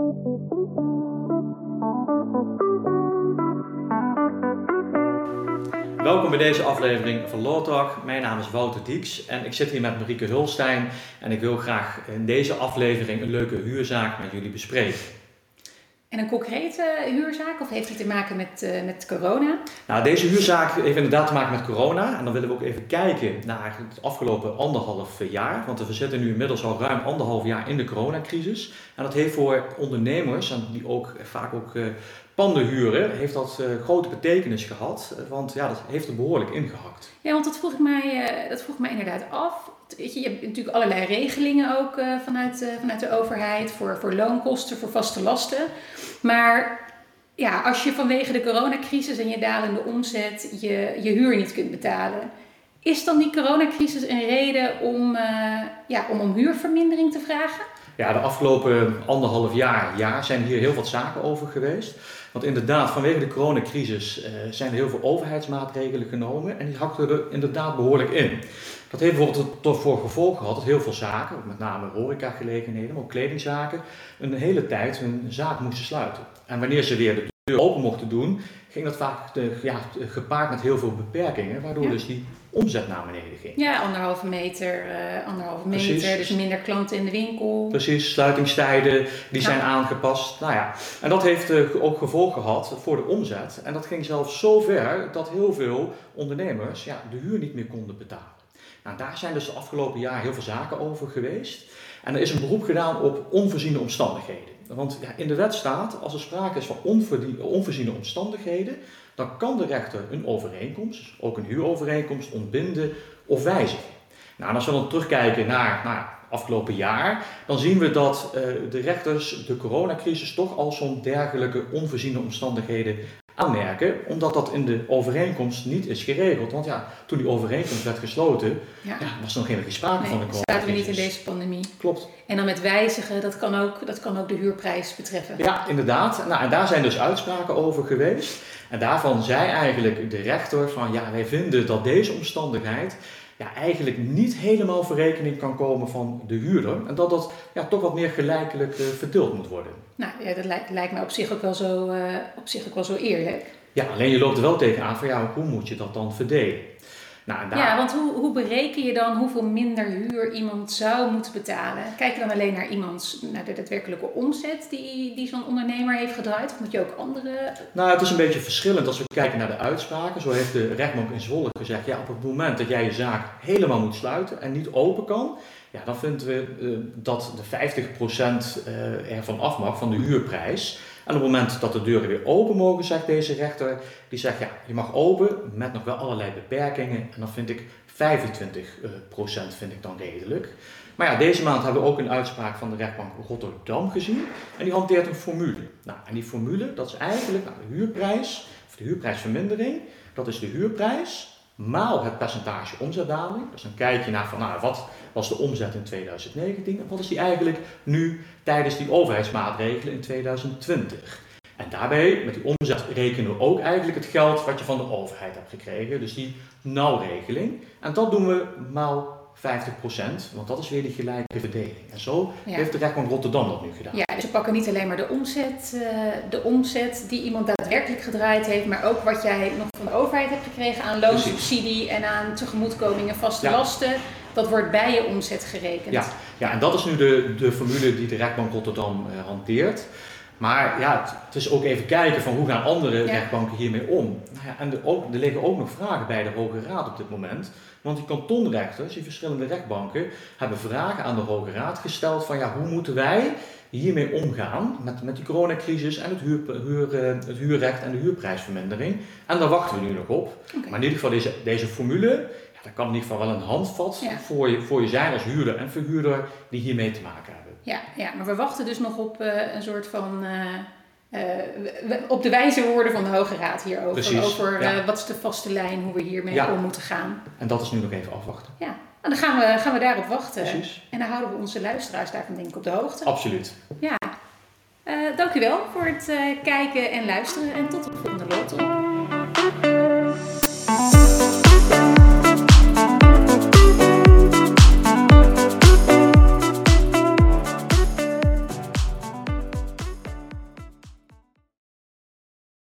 Welkom bij deze aflevering van Law Talk. Mijn naam is Wouter Dieks en ik zit hier met Marieke Hulstein en ik wil graag in deze aflevering een leuke huurzaak met jullie bespreken. En een concrete huurzaak of heeft die te maken met corona? Nou, deze huurzaak heeft inderdaad te maken met corona en dan willen we ook even kijken naar het afgelopen 1,5 jaar. Want we zitten nu inmiddels al ruim 1,5 jaar in de coronacrisis. En dat heeft voor ondernemers, en die ook vaak panden huren, heeft dat grote betekenis gehad. Want ja, dat heeft er behoorlijk ingehakt. Ja, want dat vroeg ik mij inderdaad af. Weet je hebt natuurlijk allerlei regelingen ook vanuit de overheid voor loonkosten, voor vaste lasten. Maar ja, als je vanwege de coronacrisis en je dalende omzet je huur niet kunt betalen, is dan die coronacrisis een reden om huurvermindering te vragen? Ja, de afgelopen 1,5 jaar zijn hier heel wat zaken over geweest. Want inderdaad, vanwege de coronacrisis zijn er heel veel overheidsmaatregelen genomen en die hakten er inderdaad behoorlijk in. Dat heeft bijvoorbeeld tot voor gevolg gehad dat heel veel zaken, met name horecagelegenheden, maar ook kledingzaken, een hele tijd hun zaak moesten sluiten. En wanneer ze weer de deur open mochten doen, ging dat vaak gepaard met heel veel beperkingen, waardoor dus die omzet naar beneden ging. Ja, 1,5 meter, dus minder klanten in de winkel. Precies, sluitingstijden die zijn aangepast. Nou ja, en dat heeft ook gevolg gehad voor de omzet. En dat ging zelfs zo ver dat heel veel ondernemers de huur niet meer konden betalen. Nou, daar zijn dus de afgelopen jaar heel veel zaken over geweest. En er is een beroep gedaan op onvoorziene omstandigheden. Want in de wet staat, als er sprake is van onvoorziene omstandigheden, dan kan de rechter een overeenkomst, dus ook een huurovereenkomst, ontbinden of wijzigen. Nou, en als we dan terugkijken naar afgelopen jaar, dan zien we dat de rechters de coronacrisis toch al zo'n dergelijke onvoorziene omstandigheden aanmerken, omdat dat in de overeenkomst niet is geregeld. Want ja, toen die overeenkomst werd gesloten, was er nog geen sprake van de coronacrisis. Zaten we niet in deze pandemie. Klopt. En dan met wijzigen, dat kan ook de huurprijs betreffen. Ja, inderdaad. Nou, en daar zijn dus uitspraken over geweest. En daarvan zei eigenlijk de rechter van, wij vinden dat deze omstandigheid eigenlijk niet helemaal voor rekening kan komen van de huurder. En dat dat toch wat meer gelijkelijk verdeeld moet worden. Nou ja, dat lijkt mij op zich ook wel zo eerlijk. Ja, alleen je loopt er wel tegenaan van hoe moet je dat dan verdelen? Nou, Ja, want hoe bereken je dan hoeveel minder huur iemand zou moeten betalen? Kijk je dan alleen naar de daadwerkelijke omzet die zo'n ondernemer heeft gedraaid? Of moet je ook andere... Nou, het is een beetje verschillend als we kijken naar de uitspraken. Zo heeft de rechtbank in Zwolle gezegd, op het moment dat jij je zaak helemaal moet sluiten en niet open kan, dan vinden we dat de 50% ervan af mag van de huurprijs. En op het moment dat de deuren weer open mogen, zegt deze rechter, die zegt je mag open met nog wel allerlei beperkingen. En dan vind ik 25% vind ik dan redelijk. Maar deze maand hebben we ook een uitspraak van de rechtbank Rotterdam gezien. En die hanteert een formule. Nou, en die formule, dat is eigenlijk de huurprijs, of de huurprijsvermindering. Dat is de huurprijs maal het percentage omzetdaling. Dus dan kijk je naar wat was de omzet in 2019 en wat is die eigenlijk nu tijdens die overheidsmaatregelen in 2020. En daarbij, met die omzet, rekenen we ook eigenlijk het geld wat je van de overheid hebt gekregen. Dus die nauwregeling. En dat doen we maal 50%, want dat is weer die gelijke verdeling. En zo heeft de rechtbank Rotterdam dat nu gedaan. Ja, dus we pakken niet alleen maar de omzet die iemand daadwerkelijk gedraaid heeft, maar ook wat jij nog van de overheid hebt gekregen aan loonsubsidie en aan tegemoetkomingen, vaste lasten. Dat wordt bij je omzet gerekend. Ja, en dat is nu de formule die de rechtbank Rotterdam hanteert. Maar het is ook even kijken van hoe gaan andere rechtbanken hiermee om. En er liggen ook nog vragen bij de Hoge Raad op dit moment. Want die kantonrechters, die verschillende rechtbanken, hebben vragen aan de Hoge Raad gesteld van hoe moeten wij hiermee omgaan met die coronacrisis en het huurrecht en de huurprijsvermindering. En daar wachten we nu nog op. Okay. Maar in ieder geval deze formule, dat kan in ieder geval wel een handvat voor je zijn als huurder en verhuurder die hiermee te maken hebben. Ja, maar we wachten dus nog op een soort van op de wijze woorden van de Hoge Raad hierover. Precies, over wat is de vaste lijn, hoe we hiermee om moeten gaan. En dat is nu nog even afwachten. Ja, en dan gaan we daarop wachten. Precies. En dan houden we onze luisteraars daarvan denk ik op de hoogte. Absoluut. Ja. Dank u wel voor het kijken en luisteren en tot de volgende Law Talk.